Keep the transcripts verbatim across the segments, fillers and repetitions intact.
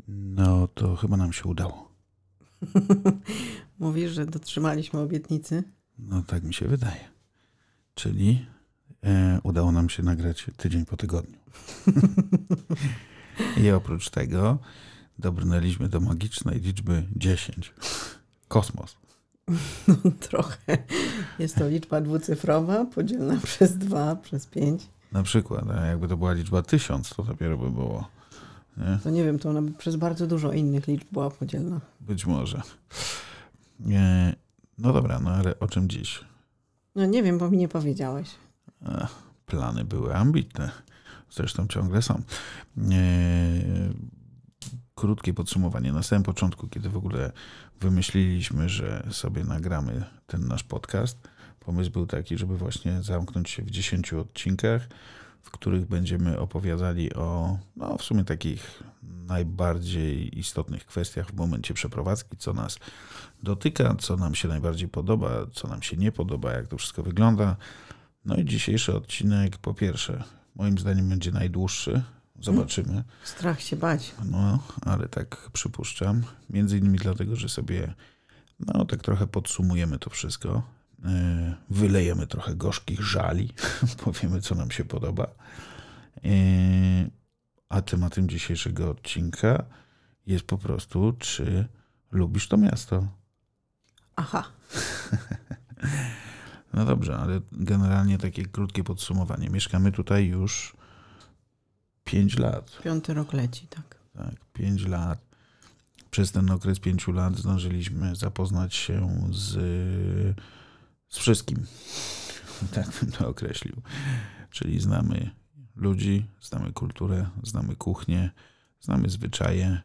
No to chyba nam się udało. Mówisz, że dotrzymaliśmy obietnicy? No tak mi się wydaje. Czyli e, udało nam się nagrać tydzień po tygodniu. I oprócz tego dobrnęliśmy do magicznej liczby dziesięć. Kosmos. No trochę. Jest to liczba dwucyfrowa, podzielona przez dwa, przez pięć. Na przykład, a jakby to była liczba tysiąc, to dopiero by było. Nie? To nie wiem, to ona by przez bardzo dużo innych liczb była podzielna. Być może. E, no dobra, no ale o czym dziś? No nie wiem, bo mi nie powiedziałeś. E, plany były ambitne. Zresztą ciągle są. E, krótkie podsumowanie. Na samym początku, kiedy w ogóle wymyśliliśmy, że sobie nagramy ten nasz podcast, pomysł był taki, żeby właśnie zamknąć się w dziesięciu odcinkach, w których będziemy opowiadali o, no w sumie takich najbardziej istotnych kwestiach w momencie przeprowadzki, co nas dotyka, co nam się najbardziej podoba, co nam się nie podoba, jak to wszystko wygląda. No i dzisiejszy odcinek, po pierwsze, moim zdaniem będzie najdłuższy. Zobaczymy. Strach się bać. No, ale tak przypuszczam. Między innymi dlatego, że sobie no tak trochę podsumujemy to wszystko. Wylejemy trochę gorzkich żali. Powiemy, co nam się podoba. A tematem dzisiejszego odcinka jest po prostu, czy lubisz to miasto? Aha. No dobrze, ale generalnie takie krótkie podsumowanie. Mieszkamy tutaj już pięć lat. Piąty rok leci, tak. Tak, pięć lat. Przez ten okres pięciu lat zdążyliśmy zapoznać się z, z wszystkim. Tak bym to określił. Czyli znamy ludzi, znamy kulturę, znamy kuchnię, znamy zwyczaje,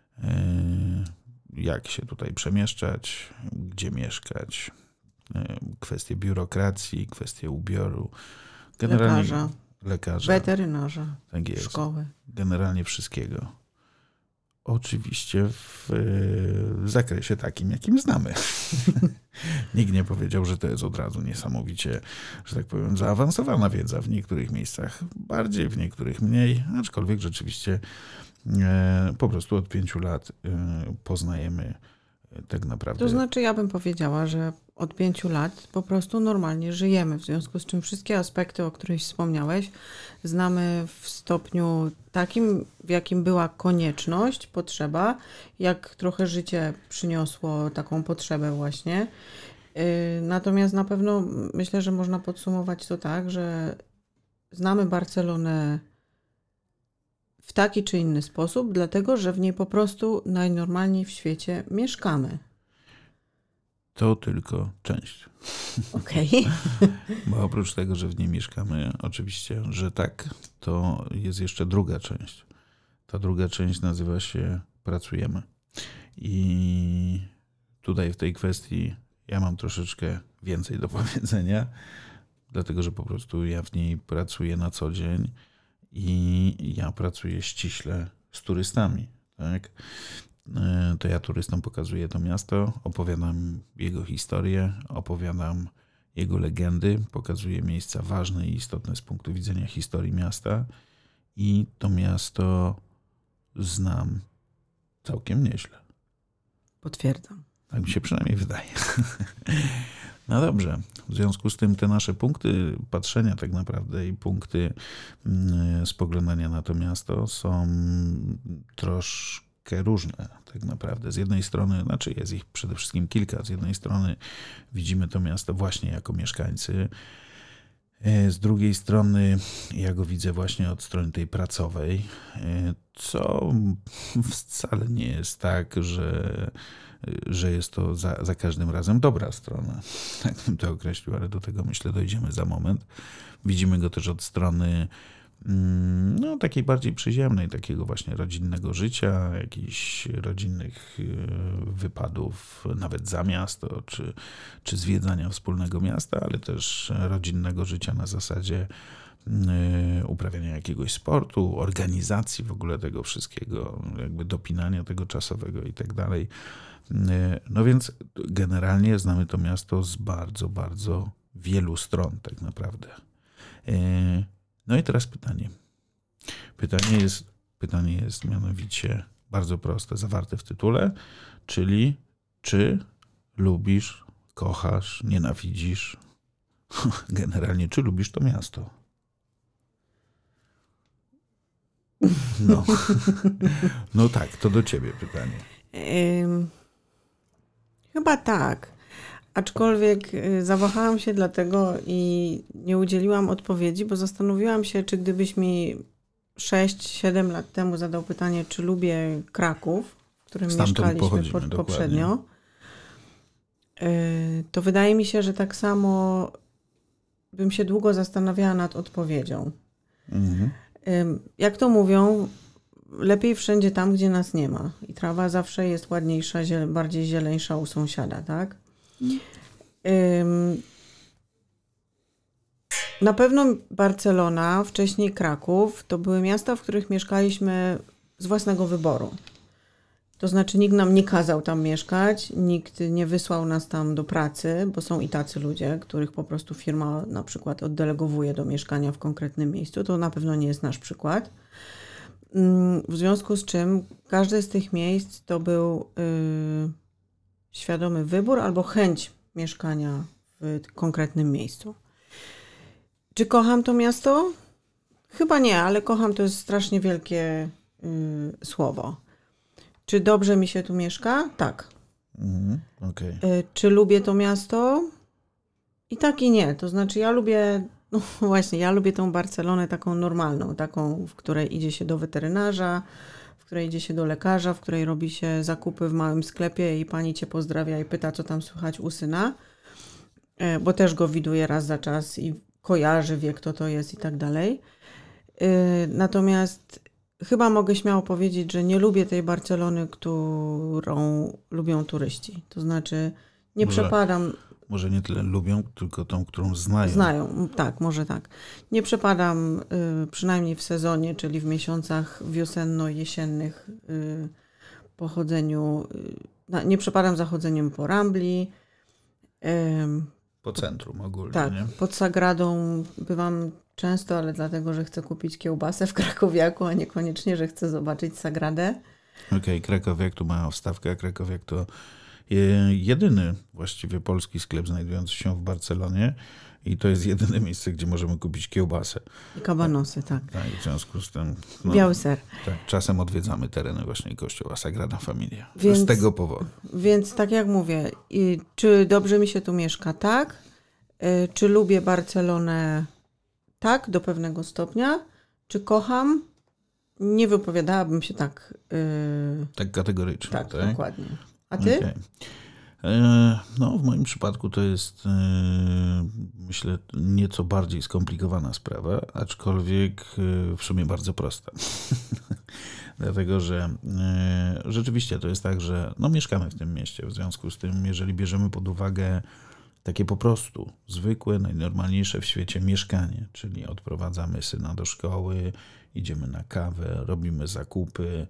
jak się tutaj przemieszczać, gdzie mieszkać, kwestie biurokracji, kwestie ubioru. Generalnie lekarza, lekarza weterynarza, tak jest. Szkoły. Generalnie wszystkiego. Oczywiście w, w zakresie takim, jakim znamy. Nikt nie powiedział, że to jest od razu niesamowicie, że tak powiem, zaawansowana wiedza. W niektórych miejscach bardziej, w niektórych mniej, aczkolwiek rzeczywiście e, po prostu od pięciu lat e, poznajemy e, tak naprawdę. To znaczy ja bym powiedziała, że od pięciu lat po prostu normalnie żyjemy, w związku z czym wszystkie aspekty, o których wspomniałeś, znamy w stopniu takim, w jakim była konieczność, potrzeba, jak trochę życie przyniosło taką potrzebę właśnie. Natomiast na pewno myślę, że można podsumować to tak, że znamy Barcelonę w taki czy inny sposób, dlatego że w niej po prostu najnormalniej w świecie mieszkamy. To tylko część. Okej. Okay. Bo oprócz tego, że w niej mieszkamy, oczywiście, że tak, to jest jeszcze druga część. Ta druga część nazywa się pracujemy. I tutaj w tej kwestii ja mam troszeczkę więcej do powiedzenia, dlatego że po prostu ja w niej pracuję na co dzień i ja pracuję ściśle z turystami, tak? To ja turystom pokazuję to miasto, opowiadam jego historię, opowiadam jego legendy, pokazuję miejsca ważne i istotne z punktu widzenia historii miasta i to miasto znam całkiem nieźle. Potwierdzam. Tak mi się przynajmniej wydaje. No dobrze, w związku z tym te nasze punkty patrzenia tak naprawdę i punkty spoglądania na to miasto są troszkę różne tak naprawdę. Z jednej strony, znaczy jest ich przede wszystkim kilka, z jednej strony widzimy to miasto właśnie jako mieszkańcy, z drugiej strony ja go widzę właśnie od strony tej pracowej, co wcale nie jest tak, że, że jest to za, za każdym razem dobra strona. Tak bym to określił, ale do tego myślę dojdziemy za moment. Widzimy go też od strony no, takiej bardziej przyziemnej, takiego właśnie rodzinnego życia, jakichś rodzinnych wypadów nawet za miasto, czy, czy zwiedzania wspólnego miasta, ale też rodzinnego życia na zasadzie uprawiania jakiegoś sportu, organizacji w ogóle tego wszystkiego, jakby dopinania tego czasowego i tak dalej. No więc generalnie znamy to miasto z bardzo, bardzo wielu stron tak naprawdę. No i teraz pytanie. Pytanie jest, pytanie jest mianowicie bardzo proste, zawarte w tytule, czyli czy lubisz, kochasz, nienawidzisz, generalnie czy lubisz to miasto. No, no tak, to do ciebie pytanie. Ym, chyba tak. Aczkolwiek zawahałam się dlatego i nie udzieliłam odpowiedzi, bo zastanowiłam się, czy gdybyś mi sześć siedem lat temu zadał pytanie, czy lubię Kraków, w którym Stamtąd mieszkaliśmy po, poprzednio, to wydaje mi się, że tak samo bym się długo zastanawiała nad odpowiedzią. Mhm. Jak to mówią, lepiej wszędzie tam, gdzie nas nie ma. I trawa zawsze jest ładniejsza, bardziej zieleńsza u sąsiada, tak? Na pewno Barcelona, wcześniej Kraków, to były miasta, w których mieszkaliśmy z własnego wyboru. To znaczy nikt nam nie kazał tam mieszkać, nikt nie wysłał nas tam do pracy, bo są i tacy ludzie, których po prostu firma na przykład oddelegowuje do mieszkania w konkretnym miejscu. To na pewno nie jest nasz przykład. W związku z czym każde z tych miejsc to był yy, świadomy wybór albo chęć mieszkania w konkretnym miejscu. Czy kocham to miasto? Chyba nie, ale kocham to jest strasznie wielkie yy, słowo. Czy dobrze mi się tu mieszka? Tak. Mhm, okay. Yy, czy lubię to miasto? I tak i nie. To znaczy ja lubię, no właśnie, ja lubię tą Barcelonę taką normalną, taką, w której idzie się do weterynarza, w której idzie się do lekarza, w której robi się zakupy w małym sklepie i pani cię pozdrawia i pyta, co tam słychać u syna, yy, bo też go widuje raz za czas i kojarzy, wie kto to jest i tak dalej. Yy, natomiast chyba mogę śmiało powiedzieć, że nie lubię tej Barcelony, którą lubią turyści. To znaczy nie może, przepadam... Może nie tyle lubią, tylko tą, którą znają. Znają, tak, może tak. Nie przepadam y, przynajmniej w sezonie, czyli w miesiącach wiosenno-jesiennych y, po chodzeniu. Y, na, nie przepadam za chodzeniem po Rambli. Y, po centrum ogólnie, tak, nie? pod Sagradą bywam często, ale dlatego, że chcę kupić kiełbasę w Krakowiaku, a niekoniecznie, że chcę zobaczyć Sagradę. Okej, okay, Krakowiak tu ma wstawkę, a Krakowiak to jedyny właściwie polski sklep znajdujący się w Barcelonie i to jest jedyne miejsce, gdzie możemy kupić kiełbasę. I kabanosy, tak. Tak, w związku z tym... No, biały ser. Tak, czasem odwiedzamy tereny właśnie kościoła Sagrada Familia. Więc, z tego powodu. Więc tak jak mówię, i, czy dobrze mi się tu mieszka? Tak. Y, czy lubię Barcelonę? Tak, do pewnego stopnia. Czy kocham? Nie wypowiadałabym się tak... Yy... Tak kategorycznie. Tak, tak, dokładnie. A ty? Okay. No, w moim przypadku to jest, myślę, nieco bardziej skomplikowana sprawa, aczkolwiek w sumie bardzo prosta. Dlatego, że rzeczywiście to jest tak, że no, mieszkamy w tym mieście. W związku z tym, jeżeli bierzemy pod uwagę takie po prostu zwykłe, najnormalniejsze w świecie mieszkanie, czyli odprowadzamy syna do szkoły, idziemy na kawę, robimy zakupy,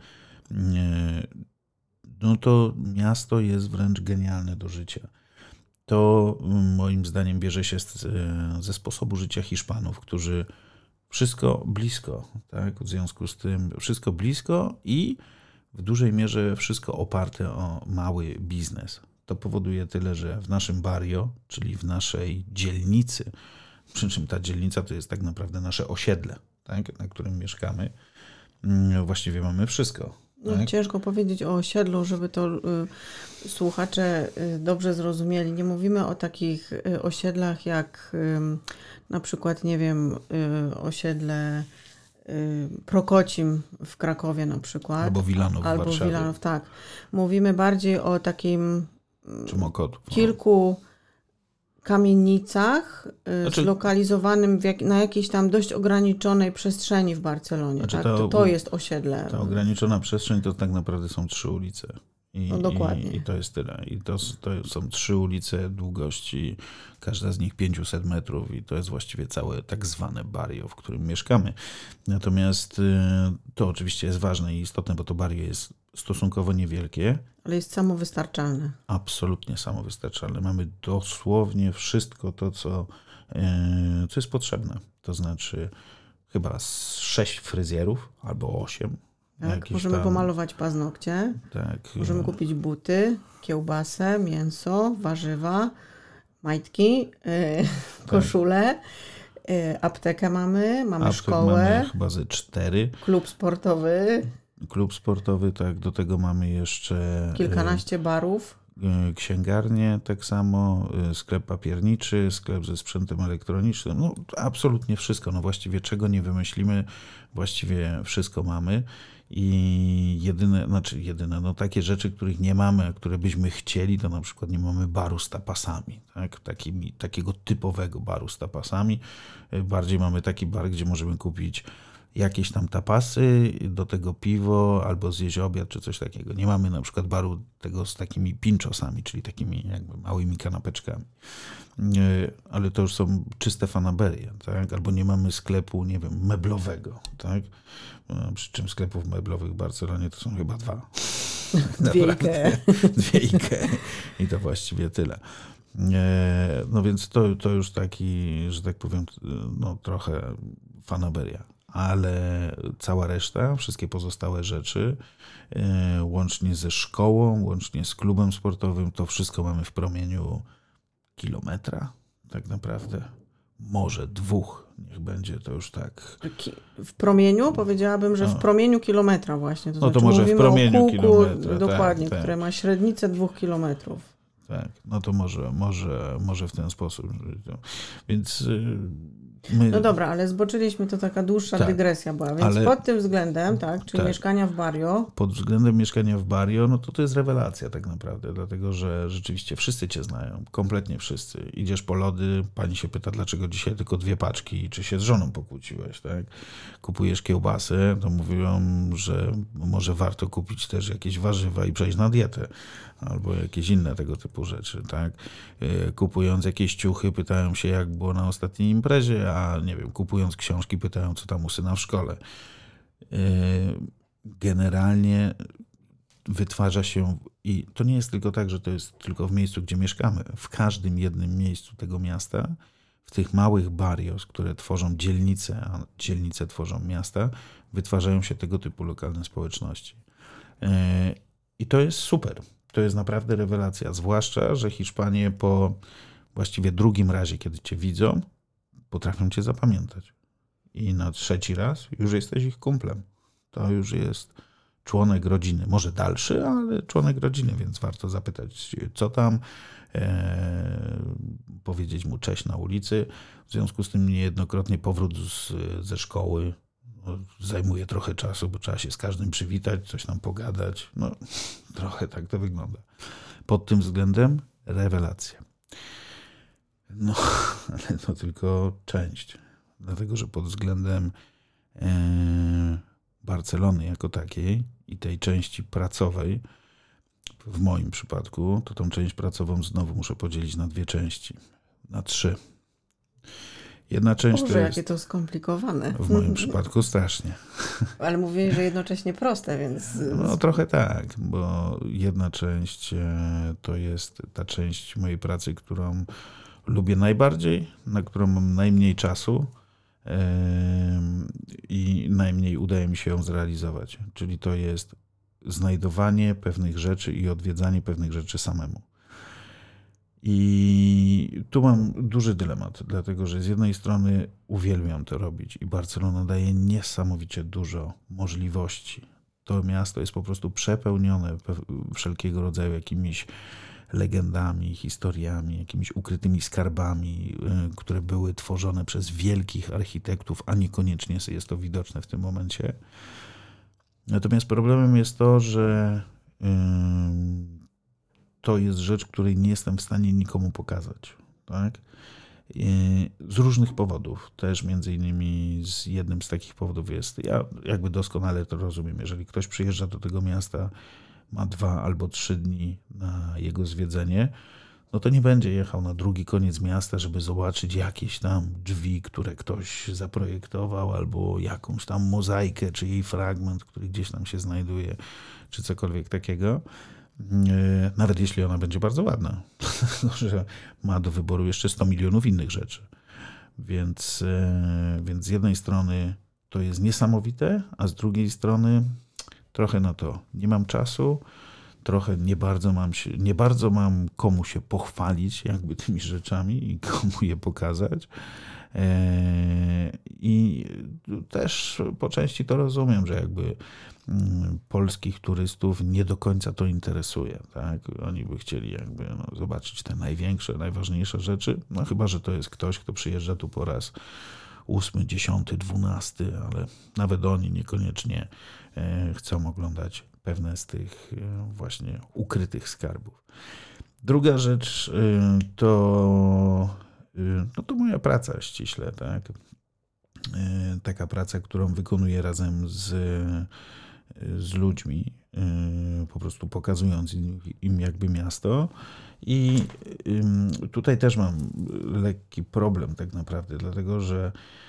no to miasto jest wręcz genialne do życia. To moim zdaniem bierze się z, ze sposobu życia Hiszpanów, którzy wszystko blisko, tak? W związku z tym wszystko blisko i w dużej mierze wszystko oparte o mały biznes. To powoduje tyle, że w naszym barrio, czyli w naszej dzielnicy, przy czym ta dzielnica to jest tak naprawdę nasze osiedle, tak? Na którym mieszkamy, właściwie mamy wszystko. No, tak? Ciężko powiedzieć o osiedlu, żeby to y, słuchacze y, dobrze zrozumieli. Nie mówimy o takich y, osiedlach jak y, na przykład, nie wiem, y, osiedle y, Prokocim w Krakowie na przykład. Albo Wilanów Albo w Warszawie. Wilanów, tak. Mówimy bardziej o takim Czy Mokotów, kilku kamienicach y, Znaczy- zlokalizowanym w jak, na jakiejś tam dość ograniczonej przestrzeni w Barcelonie. Znaczy tak? to- to, to jest osiedle. Ta ograniczona przestrzeń to tak naprawdę są trzy ulice. I, No dokładnie. I, i to jest tyle. I to, to są trzy ulice długości, każda z nich pięćset metrów i to jest właściwie całe tak zwane barrio, w którym mieszkamy. Natomiast y, to oczywiście jest ważne i istotne, bo to barrio jest stosunkowo niewielkie, Ale jest samowystarczalne. absolutnie samowystarczalne. Mamy dosłownie wszystko to, co, y, co jest potrzebne. To znaczy chyba z sześć fryzjerów albo osiem. Tak? Możemy tam... pomalować paznokcie, tak. Możemy kupić buty, kiełbasę, mięso, warzywa, majtki, yy, koszule, yy, aptekę mamy, mamy Aptek szkołę. Mamy chyba ze cztery. Klub sportowy. Klub sportowy, tak. Do tego mamy jeszcze... Kilkanaście barów. Księgarnię tak samo, sklep papierniczy, sklep ze sprzętem elektronicznym. No absolutnie wszystko. No właściwie czego nie wymyślimy, właściwie wszystko mamy. I jedyne, znaczy jedyne, no takie rzeczy, których nie mamy, a które byśmy chcieli, to na przykład nie mamy baru z tapasami, tak? Takimi, takiego typowego baru z tapasami. Bardziej mamy taki bar, gdzie możemy kupić jakieś tam tapasy, do tego piwo, albo zjeść obiad, czy coś takiego. Nie mamy na przykład baru tego z takimi pinchosami, czyli takimi jakby małymi kanapeczkami. Ale to już są czyste fanaberie, tak? Albo nie mamy sklepu, nie wiem, meblowego, tak? Przy czym sklepów meblowych w Barcelonie to są chyba dwa. Dwie Ikea. Dwie Ikea. I to właściwie tyle. No więc to, to już taki, że tak powiem, no trochę fanaberia. Ale cała reszta, wszystkie pozostałe rzeczy, łącznie ze szkołą, łącznie z klubem sportowym, to wszystko mamy w promieniu kilometra, tak naprawdę. Może dwóch, niech będzie to już tak. W promieniu? Powiedziałabym, że w promieniu kilometra właśnie. To no znaczy to może w promieniu kółku, kilometra. dokładnie, tak, które tak. ma średnicę dwóch kilometrów. Tak, no to może, może, może w ten sposób. Więc... My... No dobra, ale zboczyliśmy, to taka dłuższa tak, dygresja była, więc ale... pod tym względem, tak, czyli tak. mieszkania w Barrio. Pod względem mieszkania w Barrio, no to to jest rewelacja tak naprawdę, dlatego że rzeczywiście wszyscy cię znają, kompletnie wszyscy. Idziesz po lody, pani się pyta, dlaczego dzisiaj tylko dwie paczki, czy się z żoną pokłóciłeś, tak? Kupujesz kiełbasę, to mówią, że może warto kupić też jakieś warzywa i przejść na dietę, albo jakieś inne tego typu rzeczy, tak? Kupując jakieś ciuchy, pytają się, jak było na ostatniej imprezie, a nie wiem, kupując książki, pytają, co tam u syna w szkole. Generalnie wytwarza się, i to nie jest tylko tak, że to jest tylko w miejscu, gdzie mieszkamy. W każdym jednym miejscu tego miasta, w tych małych barrios, które tworzą dzielnice, a dzielnice tworzą miasta, wytwarzają się tego typu lokalne społeczności. I to jest super. To jest naprawdę rewelacja. Zwłaszcza, że Hiszpanie po właściwie drugim razie, kiedy cię widzą, potrafią cię zapamiętać. I na trzeci raz już jesteś ich kumplem. To już jest członek rodziny. Może dalszy, ale członek rodziny, więc warto zapytać, co tam, e, powiedzieć mu cześć na ulicy. W związku z tym niejednokrotnie powrót z, ze szkoły no, zajmuje trochę czasu, bo trzeba się z każdym przywitać, coś tam pogadać. No, trochę tak to wygląda. Pod tym względem rewelacja. No, ale to tylko część. Dlatego, że pod względem e, Barcelony jako takiej i tej części pracowej, w moim przypadku, to tą część pracową znowu muszę podzielić na dwie części. Na trzy. Jedna część Boże, to jest... jakie to skomplikowane. W moim przypadku strasznie. Ale mówili, że jednocześnie proste, więc... No trochę tak, bo jedna część to jest ta część mojej pracy, którą lubię najbardziej, na którą mam najmniej czasu i najmniej udaje mi się ją zrealizować. Czyli to jest znajdowanie pewnych rzeczy i odwiedzanie pewnych rzeczy samemu. I tu mam duży dylemat, dlatego że z jednej strony uwielbiam to robić i Barcelona daje niesamowicie dużo możliwości. To miasto jest po prostu przepełnione wszelkiego rodzaju jakimiś legendami, historiami, jakimiś ukrytymi skarbami, które były tworzone przez wielkich architektów, a niekoniecznie jest to widoczne w tym momencie. Natomiast problemem jest to, że yy, to jest rzecz, której nie jestem w stanie nikomu pokazać. Tak? Yy, z różnych powodów. Też między innymi z jednym z takich powodów jest, ja jakby doskonale to rozumiem, jeżeli ktoś przyjeżdża do tego miasta, ma dwa albo trzy dni na jego zwiedzenie, no to nie będzie jechał na drugi koniec miasta, żeby zobaczyć jakieś tam drzwi, które ktoś zaprojektował, albo jakąś tam mozaikę, czy jej fragment, który gdzieś tam się znajduje, czy cokolwiek takiego. Nawet jeśli ona będzie bardzo ładna, że ma do wyboru jeszcze sto milionów innych rzeczy. Więc, więc z jednej strony to jest niesamowite, a z drugiej strony trochę na to nie mam czasu, trochę nie bardzo mam się, nie bardzo mam komu się pochwalić jakby tymi rzeczami i komu je pokazać. I też po części to rozumiem, że jakby polskich turystów nie do końca to interesuje. Tak? Oni by chcieli jakby no, zobaczyć te największe, najważniejsze rzeczy. No chyba, że to jest ktoś, kto przyjeżdża tu po raz ósmy, dziesiąty, dwunasty, ale nawet oni niekoniecznie chcą oglądać pewne z tych właśnie ukrytych skarbów. Druga rzecz to, no to moja praca ściśle, tak? Taka praca, którą wykonuję razem z, z ludźmi, po prostu pokazując im jakby miasto. I tutaj też mam lekki problem tak naprawdę, dlatego że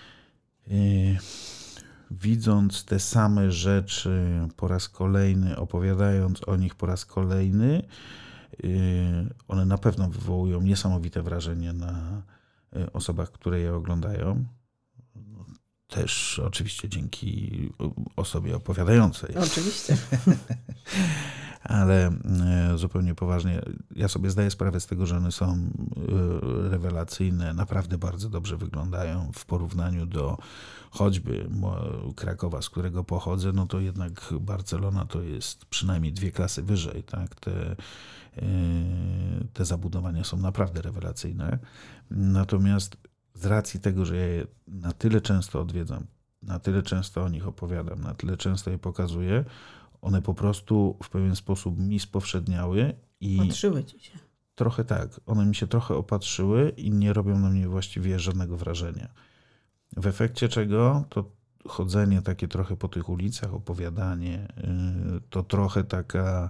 widząc te same rzeczy po raz kolejny, opowiadając o nich po raz kolejny, one na pewno wywołują niesamowite wrażenie na osobach, które je oglądają. Też oczywiście dzięki osobie opowiadającej. Oczywiście. Ale zupełnie poważnie, ja sobie zdaję sprawę z tego, że one są rewelacyjne, naprawdę bardzo dobrze wyglądają w porównaniu do choćby Krakowa, z którego pochodzę, no to jednak Barcelona to jest przynajmniej dwie klasy wyżej, tak? Te, te zabudowania są naprawdę rewelacyjne. Natomiast z racji tego, że ja je na tyle często odwiedzam, na tyle często o nich opowiadam, na tyle często je pokazuję, one po prostu w pewien sposób mi spowszedniały i Patrzyły ci się. Trochę tak. One mi się trochę opatrzyły i nie robią na mnie właściwie żadnego wrażenia. W efekcie czego to chodzenie takie trochę po tych ulicach, opowiadanie, to trochę taka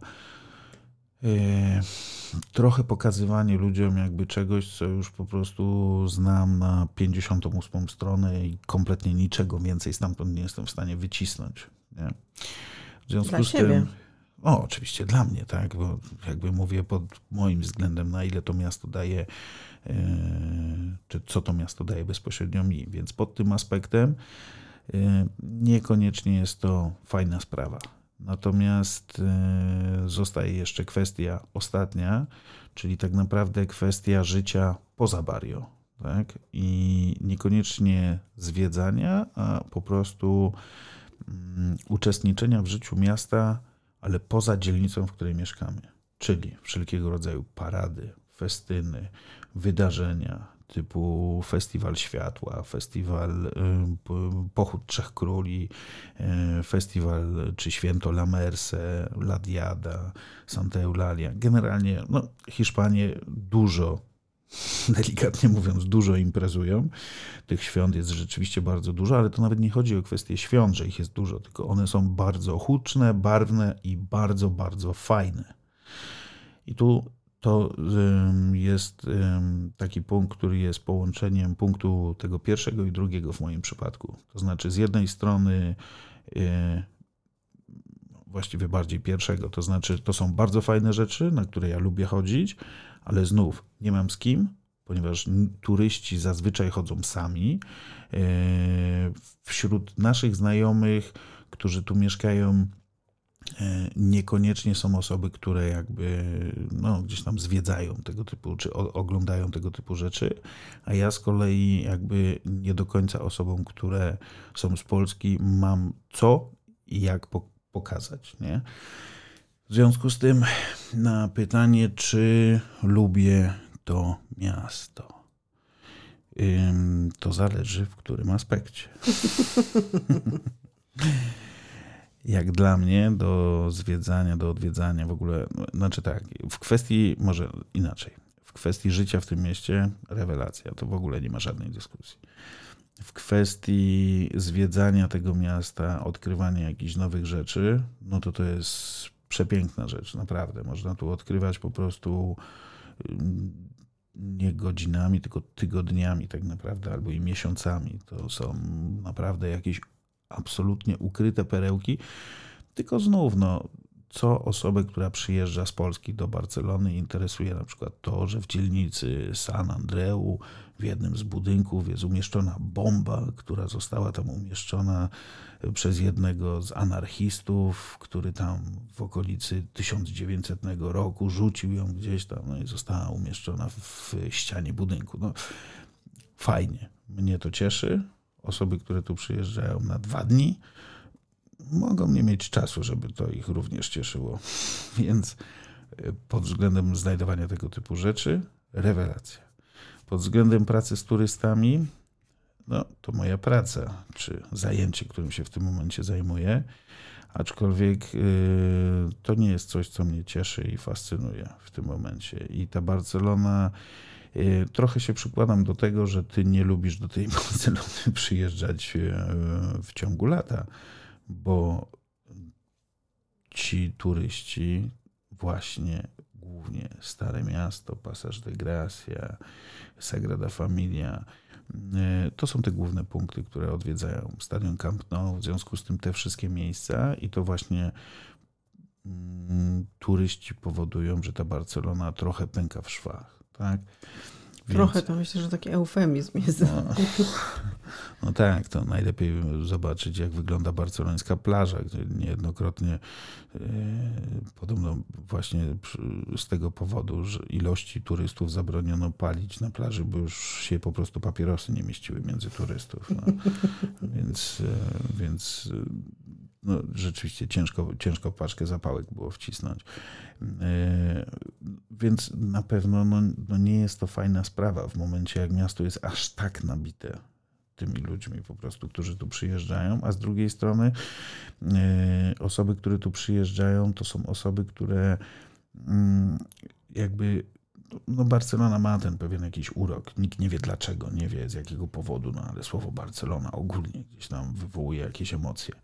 trochę pokazywanie ludziom jakby czegoś, co już po prostu znam na pięćdziesiątą ósmą stronę i kompletnie niczego więcej stamtąd nie jestem w stanie wycisnąć. Nie? W związku dla z siebie. tym, o, oczywiście dla mnie, tak, bo jakby mówię pod moim względem, na ile to miasto daje, yy, czy co to miasto daje bezpośrednio mi, więc pod tym aspektem yy, niekoniecznie jest to fajna sprawa. Natomiast yy, zostaje jeszcze kwestia ostatnia, czyli tak naprawdę kwestia życia poza Barrio, tak, i niekoniecznie zwiedzania, a po prostu uczestniczenia w życiu miasta, ale poza dzielnicą, w której mieszkamy. Czyli wszelkiego rodzaju parady, festyny, wydarzenia typu Festiwal Światła, Festiwal Pochód Trzech Króli, Festiwal czy Święto La Merce, La Diada, Santa Eulalia. Generalnie no, Hiszpanie dużo, delikatnie mówiąc, dużo imprezują. Tych świąt jest rzeczywiście bardzo dużo, ale to nawet nie chodzi o kwestię świąt, że ich jest dużo, tylko one są bardzo huczne, barwne i bardzo, bardzo fajne. I tu to jest taki punkt, który jest połączeniem punktu tego pierwszego i drugiego w moim przypadku. To znaczy z jednej strony właściwie bardziej pierwszego, to znaczy to są bardzo fajne rzeczy, na które ja lubię chodzić, ale znów nie mam z kim, ponieważ turyści zazwyczaj chodzą sami. Wśród naszych znajomych, którzy tu mieszkają, niekoniecznie są osoby, które jakby no, gdzieś tam zwiedzają tego typu, czy oglądają tego typu rzeczy, a ja z kolei jakby nie do końca osobom, które są z Polski, mam co i jak pokazać, nie? W związku z tym na pytanie, czy lubię to miasto, to zależy w którym aspekcie. Jak dla mnie do zwiedzania, do odwiedzania w ogóle, znaczy tak, w kwestii, może inaczej, w kwestii życia w tym mieście rewelacja, to w ogóle nie ma żadnej dyskusji. W kwestii zwiedzania tego miasta, odkrywania jakichś nowych rzeczy, no to to jest przepiękna rzecz, naprawdę. Można tu odkrywać po prostu nie godzinami, tylko tygodniami tak naprawdę, albo i miesiącami. To są naprawdę jakieś absolutnie ukryte perełki. Tylko znów, no, co osobę, która przyjeżdża z Polski do Barcelony, interesuje na przykład to, że w dzielnicy San Andreu w jednym z budynków jest umieszczona bomba, która została tam umieszczona przez jednego z anarchistów, który tam w okolicy tysiąc dziewięćsetnego roku rzucił ją gdzieś tam, no i została umieszczona w ścianie budynku. No, fajnie, mnie to cieszy. Osoby, które tu przyjeżdżają na dwa dni, mogą nie mieć czasu, żeby to ich również cieszyło. Więc pod względem znajdowania tego typu rzeczy, rewelacja. Pod względem pracy z turystami, no to moja praca, czy zajęcie, którym się w tym momencie zajmuję, aczkolwiek yy, to nie jest coś, co mnie cieszy i fascynuje w tym momencie. I ta Barcelona, yy, trochę się przykładam do tego, że ty nie lubisz do tej Barcelony przyjeżdżać yy, w ciągu lata, bo ci turyści właśnie, głównie Stare Miasto, Pasaż de Gracia, Sagrada Familia, to są te główne punkty, które odwiedzają Stadion Camp Nou, w związku z tym te wszystkie miejsca i to właśnie mm, turyści powodują, że ta Barcelona trochę pęka w szwach, tak? Więc... Trochę to myślę, że taki eufemizm jest. No, no tak, to najlepiej zobaczyć, jak wygląda barcelońska plaża, gdzie niejednokrotnie yy, podobno właśnie z tego powodu, że ilości turystów zabroniono palić na plaży, bo już się po prostu papierosy nie mieściły między turystów. No. Więc, yy, więc no, rzeczywiście ciężko, ciężko paczkę zapałek było wcisnąć. Yy, więc na pewno no, no nie jest to fajna sprawa w momencie, jak miasto jest aż tak nabite tymi ludźmi po prostu, którzy tu przyjeżdżają, a z drugiej strony yy, osoby, które tu przyjeżdżają, to są osoby, które yy, jakby no Barcelona ma ten pewien jakiś urok. Nikt nie wie dlaczego, nie wie z jakiego powodu, no ale słowo Barcelona ogólnie gdzieś tam wywołuje jakieś emocje.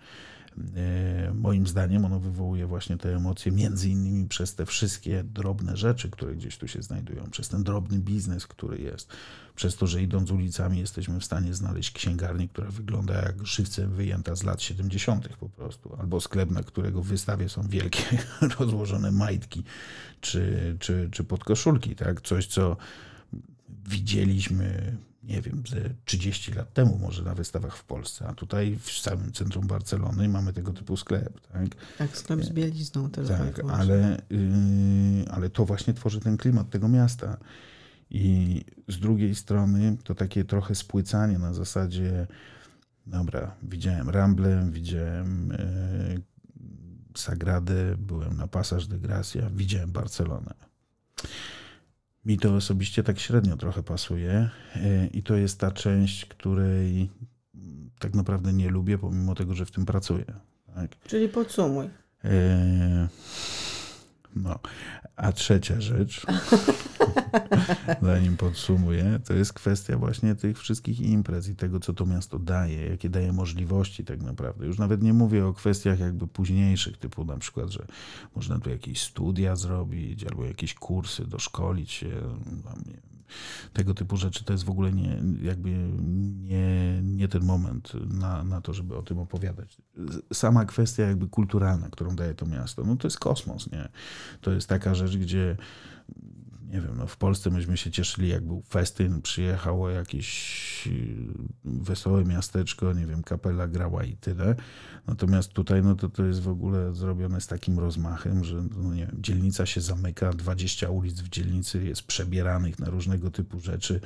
Moim zdaniem ono wywołuje właśnie te emocje między innymi przez te wszystkie drobne rzeczy, które gdzieś tu się znajdują, przez ten drobny biznes, który jest, przez to, że idąc ulicami jesteśmy w stanie znaleźć księgarnię, która wygląda jak żywcem wyjęta z lat siedemdziesiątych po prostu, albo sklep, na którego w wystawie są wielkie rozłożone majtki czy, czy, czy podkoszulki, tak? Coś, co widzieliśmy, nie wiem, ze trzydzieści lat temu może na wystawach w Polsce, a tutaj w samym centrum Barcelony mamy tego typu sklep. Tak, tak sklep z bielizną. Tak, ale, yy, ale to właśnie tworzy ten klimat tego miasta. I z drugiej strony to takie trochę spłycanie na zasadzie, dobra, widziałem Ramblę, widziałem yy, Sagradę, byłem na Pasaż de Gracia, widziałem Barcelonę. Mi to osobiście tak średnio trochę pasuje i to jest ta część, której tak naprawdę nie lubię, pomimo tego, że w tym pracuję. Tak? Czyli podsumuj. No, a trzecia rzecz, zanim podsumuję, to jest kwestia właśnie tych wszystkich imprez i tego, co to miasto daje, jakie daje możliwości tak naprawdę. Już nawet nie mówię o kwestiach jakby późniejszych, typu na przykład, że można tu jakieś studia zrobić, albo jakieś kursy, doszkolić się, nie wiem, tego typu rzeczy. To jest w ogóle nie, jakby nie, nie ten moment na, na to, żeby o tym opowiadać. Sama kwestia jakby kulturalna, którą daje to miasto, no to jest kosmos, nie? To jest taka rzecz, gdzie nie wiem, no w Polsce myśmy się cieszyli, jak był festyn, przyjechało jakieś wesołe miasteczko, nie wiem, kapela grała i tyle. Natomiast tutaj, no to to jest w ogóle zrobione z takim rozmachem, że no nie wiem, dzielnica się zamyka, dwadzieścia ulic w dzielnicy jest przebieranych na różnego typu rzeczy.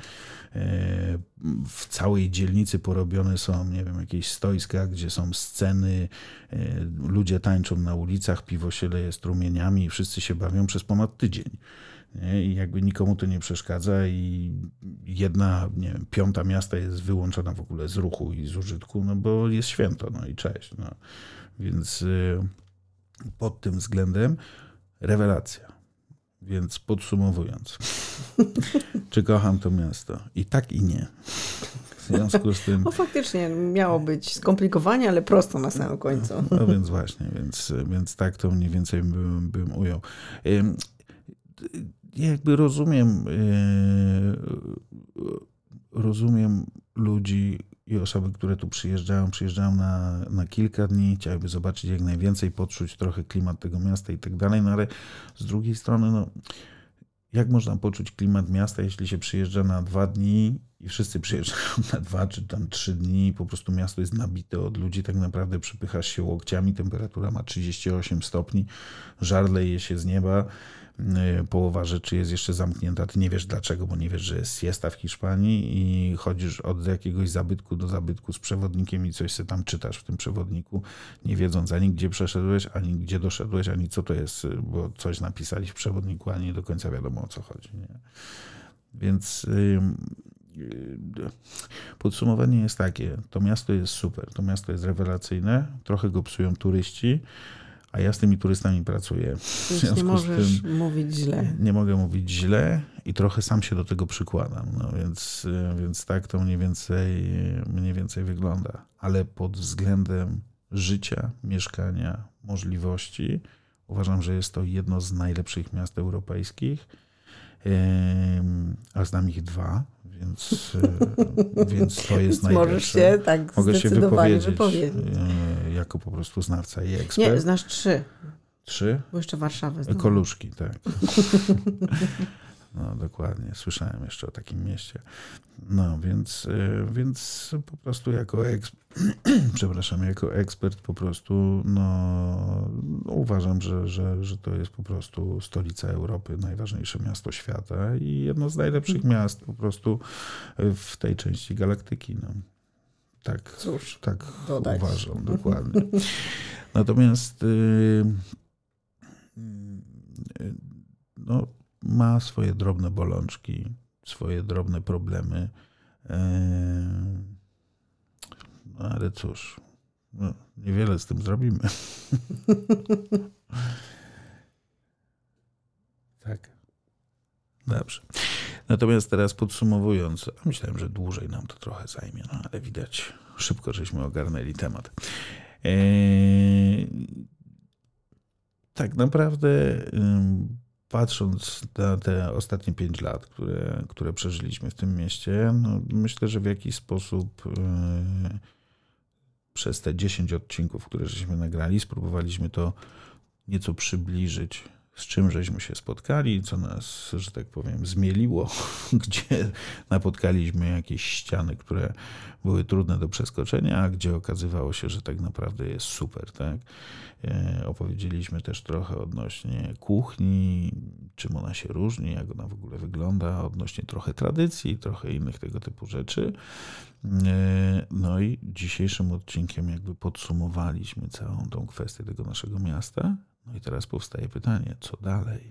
W całej dzielnicy porobione są, nie wiem, jakieś stoiska, gdzie są sceny, ludzie tańczą na ulicach, piwo się leje strumieniami i wszyscy się bawią przez ponad tydzień. Nie? I jakby nikomu to nie przeszkadza i jedna, nie wiem, piąta miasta jest wyłączona w ogóle z ruchu i z użytku, no bo jest święto, no i cześć. No. Więc y, pod tym względem rewelacja. Więc podsumowując, czy kocham to miasto? I tak, i nie. W związku z tym... No faktycznie miało być skomplikowanie, ale prosto na samym końcu. No więc właśnie, więc, więc tak to mniej więcej bym, bym ujął. Y, jakby rozumiem rozumiem ludzi i osoby, które tu przyjeżdżają, przyjeżdżają na, na kilka dni, chciałyby zobaczyć jak najwięcej, poczuć trochę klimat tego miasta i tak dalej, no ale z drugiej strony, no jak można poczuć klimat miasta, jeśli się przyjeżdża na dwa dni i wszyscy przyjeżdżają na dwa czy tam trzy dni, po prostu miasto jest nabite od ludzi, tak naprawdę przepychasz się łokciami, temperatura ma trzydzieści osiem stopni, żar leje się z nieba, połowa rzeczy jest jeszcze zamknięta, ty nie wiesz dlaczego, bo nie wiesz, że jest siesta w Hiszpanii i chodzisz od jakiegoś zabytku do zabytku z przewodnikiem i coś sobie tam czytasz w tym przewodniku, nie wiedząc ani gdzie przeszedłeś, ani gdzie doszedłeś, ani co to jest, bo coś napisali w przewodniku, a nie do końca wiadomo o co chodzi. Nie? Więc yy, podsumowanie jest takie, to miasto jest super, to miasto jest rewelacyjne, trochę go psują turyści, a ja z tymi turystami pracuję. Więc nie możesz tym, mówić źle. Nie mogę mówić źle i trochę sam się do tego przykładam. No więc, więc tak to mniej więcej, mniej więcej wygląda. Ale pod względem życia, mieszkania, możliwości uważam, że jest to jedno z najlepszych miast europejskich. A znam ich dwa, więc, więc to jest najlepsze. Możesz się tak Mogę się wypowiedzieć, wypowiedzieć jako po prostu znawca i ekspert. Nie, znasz trzy. Trzy? Bo jeszcze Warszawę znam. Koluszki, tak. No dokładnie, słyszałem jeszcze o takim mieście. No więc, więc po prostu jako ekspert, przepraszam, jako ekspert po prostu no, uważam, że, że, że to jest po prostu stolica Europy, najważniejsze miasto świata i jedno z najlepszych miast po prostu w tej części galaktyki. No. Tak, Cóż, tak dodać. Uważam, dokładnie. Natomiast yy, yy, no ma swoje drobne bolączki, swoje drobne problemy. No ale cóż, no, niewiele z tym zrobimy. Tak. Dobrze. Natomiast teraz podsumowując, myślałem, że dłużej nam to trochę zajmie, no ale widać, szybko żeśmy ogarnęli temat. Eee, tak naprawdę patrząc na te ostatnie pięć lat, które, które przeżyliśmy w tym mieście, no myślę, że w jakiś sposób yy, przez te dziesięć odcinków, które żeśmy nagrali, spróbowaliśmy to nieco przybliżyć, z czym żeśmy się spotkali, co nas, że tak powiem, zmieliło, gdzie napotkaliśmy jakieś ściany, które były trudne do przeskoczenia, a gdzie okazywało się, że tak naprawdę jest super, tak? Opowiedzieliśmy też trochę odnośnie kuchni, czym ona się różni, jak ona w ogóle wygląda, odnośnie trochę tradycji, trochę innych tego typu rzeczy. No i dzisiejszym odcinkiem jakby podsumowaliśmy całą tą kwestię tego naszego miasta. No i teraz powstaje pytanie, co dalej?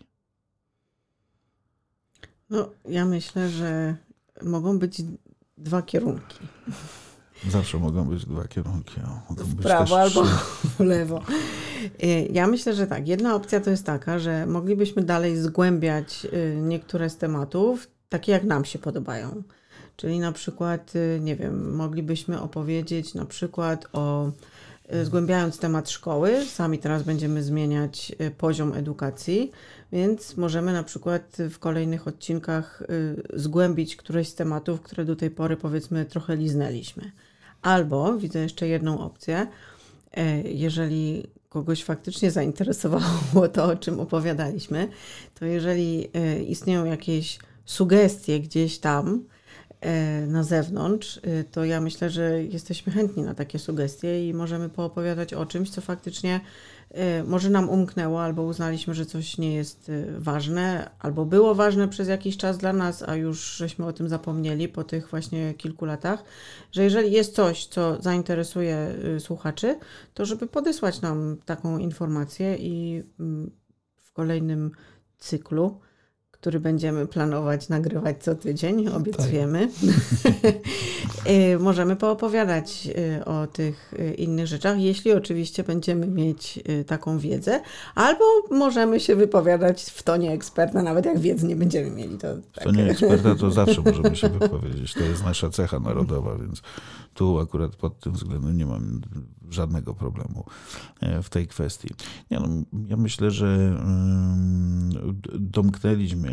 No, ja myślę, że mogą być dwa kierunki. Zawsze mogą być dwa kierunki. Mogą w być prawo też albo w lewo. Ja myślę, że tak. Jedna opcja to jest taka, że moglibyśmy dalej zgłębiać niektóre z tematów, takie jak nam się podobają. Czyli na przykład, nie wiem, moglibyśmy opowiedzieć na przykład o, zgłębiając temat szkoły, sami teraz będziemy zmieniać poziom edukacji, więc możemy na przykład w kolejnych odcinkach zgłębić któreś z tematów, które do tej pory powiedzmy trochę liznęliśmy. Albo widzę jeszcze jedną opcję, jeżeli kogoś faktycznie zainteresowało to, o czym opowiadaliśmy, to jeżeli istnieją jakieś sugestie gdzieś tam na zewnątrz, to ja myślę, że jesteśmy chętni na takie sugestie i możemy poopowiadać o czymś, co faktycznie może nam umknęło, albo uznaliśmy, że coś nie jest ważne, albo było ważne przez jakiś czas dla nas, a już żeśmy o tym zapomnieli po tych właśnie kilku latach, że jeżeli jest coś, co zainteresuje słuchaczy, to żeby podesłać nam taką informację i w kolejnym cyklu, który będziemy planować, nagrywać co tydzień, obiecujemy. Tak. Możemy poopowiadać o tych innych rzeczach, jeśli oczywiście będziemy mieć taką wiedzę, albo możemy się wypowiadać w tonie eksperta, nawet jak wiedzy nie będziemy mieli. To w tak. tonie eksperta to zawsze możemy się wypowiedzieć. To jest nasza cecha narodowa, więc tu akurat pod tym względem nie mam żadnego problemu w tej kwestii. Nie, no, ja myślę, że domknęliśmy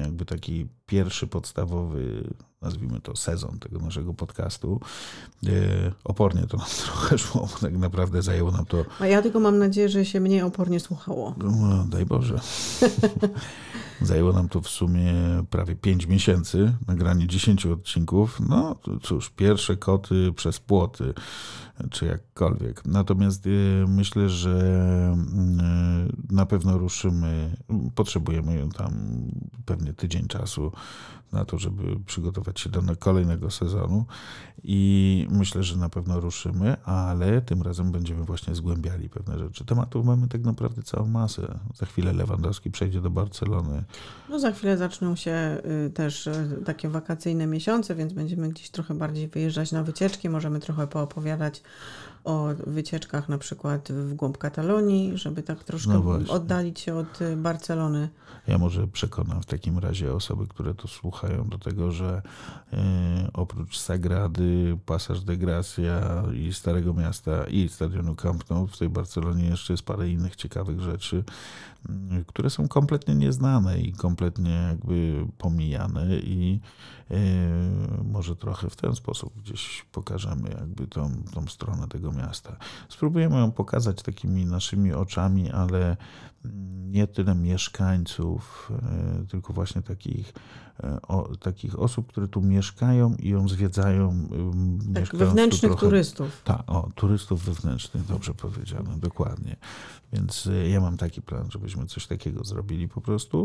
jakby taki pierwszy podstawowy, nazwijmy to sezon tego naszego podcastu. Opornie to nam trochę szło, bo tak naprawdę zajęło nam to... A ja tylko mam nadzieję, że się mniej opornie słuchało. No, daj Boże. Zajęło nam to w sumie prawie pięć miesięcy, nagranie dziesięciu odcinków. No cóż, pierwsze koty przez płoty, czy jakkolwiek. Natomiast myślę, że na pewno ruszymy, potrzebujemy tam pewnie tydzień czasu na to, żeby przygotować się do kolejnego sezonu i myślę, że na pewno ruszymy, ale tym razem będziemy właśnie zgłębiali pewne rzeczy. Tematów mamy tak naprawdę całą masę. Za chwilę Lewandowski przejdzie do Barcelony. No za chwilę zaczną się też takie wakacyjne miesiące, więc będziemy gdzieś trochę bardziej wyjeżdżać na wycieczki. Możemy trochę poopowiadać o wycieczkach na przykład w głąb Katalonii, żeby tak troszkę no oddalić się od Barcelony. Ja może przekonam w takim razie osoby, które to słuchają do tego, że y, oprócz Sagrady, Pasaż de Gracia i Starego Miasta i Stadionu Camp Nou w tej Barcelonie jeszcze jest parę innych ciekawych rzeczy, y, które są kompletnie nieznane i kompletnie jakby pomijane i y, może trochę w ten sposób gdzieś pokażemy jakby tą, tą stronę tego miasta. Spróbujemy ją pokazać takimi naszymi oczami, ale nie tyle mieszkańców, tylko właśnie takich, o, takich osób, które tu mieszkają i ją zwiedzają. Tak, wewnętrznych trochę, turystów. Tak, o, turystów wewnętrznych, dobrze powiedziane, dokładnie. Więc ja mam taki plan, żebyśmy coś takiego zrobili po prostu.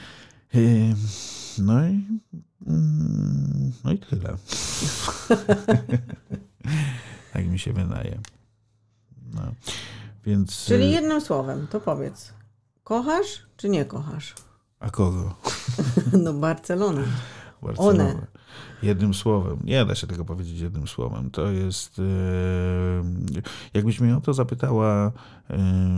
No i, no i tyle. Tak mi się wydaje. No, więc... Czyli jednym słowem, to powiedz, kochasz czy nie kochasz? A kogo? No Barcelonę. Barcelonę. One. Jednym słowem. Nie da się tego powiedzieć jednym słowem. To jest... Yy, jakbyś mnie o to zapytała yy,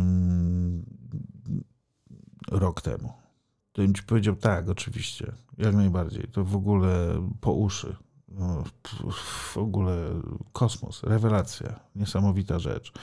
rok temu, to bym ci powiedział tak, oczywiście. Jak najbardziej. To w ogóle po uszy. No, w ogóle kosmos, rewelacja, niesamowita rzecz.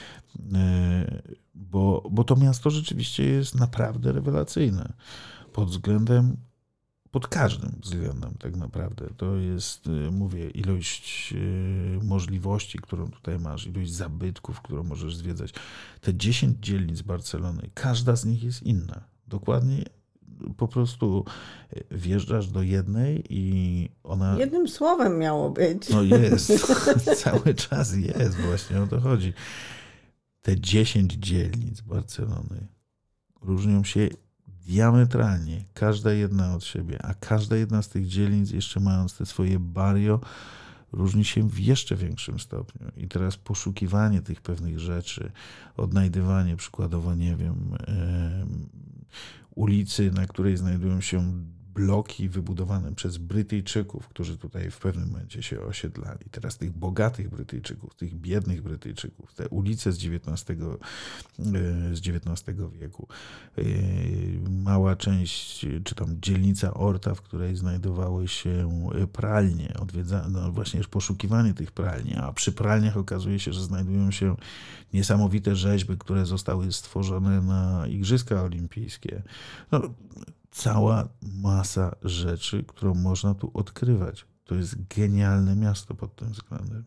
Bo, bo to miasto rzeczywiście jest naprawdę rewelacyjne. Pod względem, pod każdym względem tak naprawdę. To jest, mówię, ilość możliwości, którą tutaj masz, ilość zabytków, którą możesz zwiedzać. Te dziesięć dzielnic Barcelony, każda z nich jest inna. Dokładnie po prostu wjeżdżasz do jednej i ona... Jednym słowem miało być. No jest. Cały czas jest. Właśnie o to chodzi. Te dziesięć dzielnic Barcelony różnią się diametralnie. Każda jedna od siebie. A każda jedna z tych dzielnic, jeszcze mając te swoje barrio, różni się w jeszcze większym stopniu. I teraz poszukiwanie tych pewnych rzeczy, odnajdywanie przykładowo, nie wiem... Yy, ulicy, na której znajdują się bloki wybudowane przez Brytyjczyków, którzy tutaj w pewnym momencie się osiedlali. Teraz tych bogatych Brytyjczyków, tych biednych Brytyjczyków, te ulice z dziewiętnastego, z dziewiętnastego wieku. Mała część, czy tam dzielnica Orta, w której znajdowały się pralnie, odwiedza, no właśnie poszukiwanie tych pralni, a przy pralniach okazuje się, że znajdują się niesamowite rzeźby, które zostały stworzone na Igrzyska Olimpijskie. No, cała masa rzeczy, którą można tu odkrywać. To jest genialne miasto pod tym względem.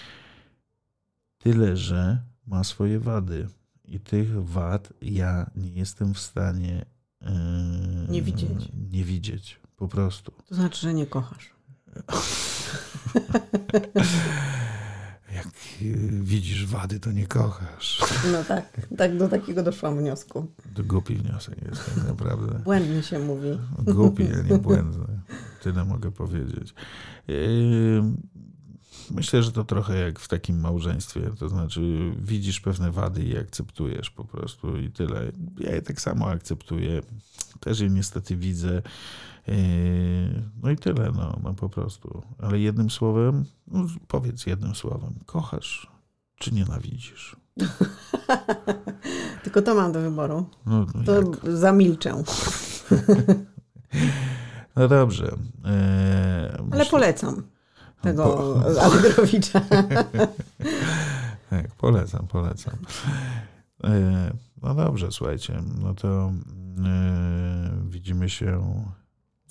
Tyle, że ma swoje wady. I tych wad ja nie jestem w stanie yy, nie widzieć. Nie widzieć. Po prostu. To znaczy, że nie kochasz. Jak widzisz wady, to nie kochasz. No tak, tak do takiego doszłam wniosku. To głupi wniosek jest tak naprawdę. Błędny się mówi. Głupi, a nie błędny. Tyle mogę powiedzieć. Myślę, że to trochę jak w takim małżeństwie. To znaczy widzisz pewne wady i akceptujesz po prostu i tyle. Ja je tak samo akceptuję. Też je niestety widzę. No i tyle, no, no po prostu. Ale jednym słowem, no powiedz jednym słowem, kochasz czy nienawidzisz? Tylko to mam do wyboru. No, no to jak? Zamilczę. No dobrze. E, Ale myślę... polecam tego po... Allegrowicza. Tak, polecam, polecam. E, no dobrze, słuchajcie, no to e, widzimy się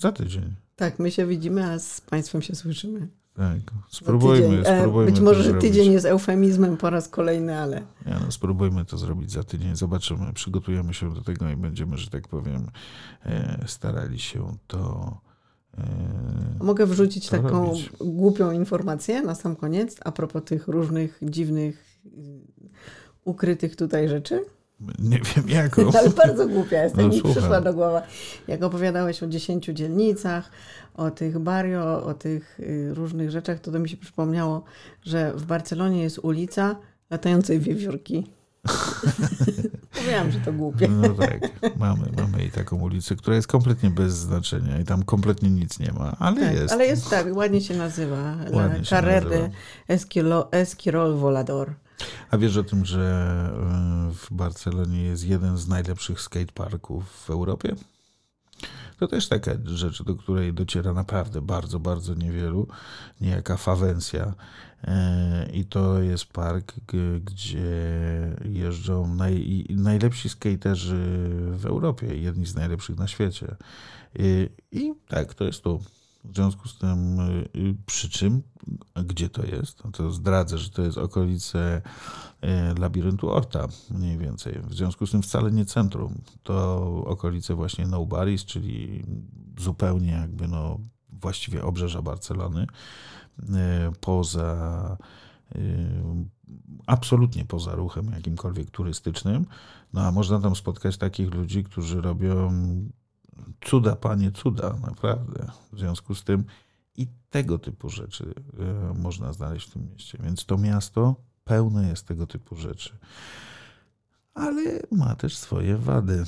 Za tydzień. Tak, my się widzimy, a z Państwem się słyszymy. Tak, spróbujmy, spróbujmy. Być może, że tydzień zrobić. jest eufemizmem po raz kolejny, ale... Ja, no, spróbujmy to zrobić za tydzień, zobaczymy, przygotujemy się do tego i będziemy, że tak powiem, e, starali się to e, Mogę wrzucić to taką robić. głupią informację na sam koniec, a propos tych różnych dziwnych, ukrytych tutaj rzeczy? Nie wiem jaką. Ale bardzo głupia jest, No, mi słucham. przyszła do głowy. Jak opowiadałeś o dziesięciu dzielnicach, o tych barrio, o tych y, różnych rzeczach, to, to mi się przypomniało, że w Barcelonie jest ulica latającej wiewiórki. Mówiłam, że to głupie. No tak, mamy, mamy i taką ulicę, która jest kompletnie bez znaczenia i tam kompletnie nic nie ma, ale Tak, jest. ale jest tak, ładnie się nazywa. La Ładnie się Carrer nazywa. de Esquilo, Esquirol Volador. A wiesz o tym, że y, w Barcelonie jest jeden z najlepszych skateparków w Europie? To też taka rzecz, do której dociera naprawdę bardzo, bardzo niewielu. Niejaka Fawencja. E, I to jest park, g- gdzie jeżdżą naj, najlepsi skaterzy w Europie. Jedni z najlepszych na świecie. I, I tak, to jest tu. W związku z tym, y, przy czym, gdzie to jest? No to zdradzę, że to jest okolice y, labiryntu Orta mniej więcej. W związku z tym wcale nie centrum. To okolice właśnie Nobody's, czyli zupełnie jakby no właściwie obrzeża Barcelony. Y, Poza y, absolutnie poza ruchem jakimkolwiek turystycznym. No a można tam spotkać takich ludzi, którzy robią cuda, panie, cuda, naprawdę. W związku z tym i tego typu rzeczy y, można znaleźć w tym mieście. Więc to miasto pełne jest tego typu rzeczy. Ale ma też swoje wady.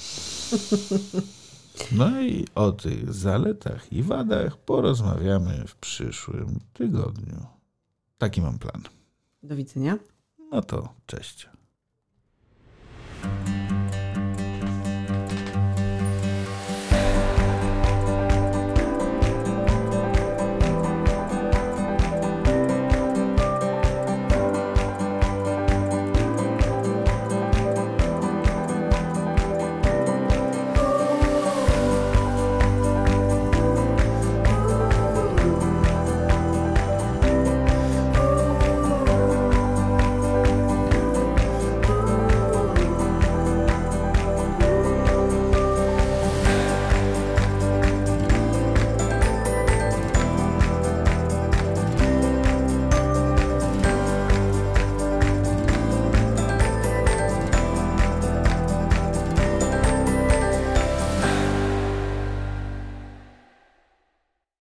No i o tych zaletach i wadach porozmawiamy w przyszłym tygodniu. Taki mam plan. Do widzenia. No to cześć.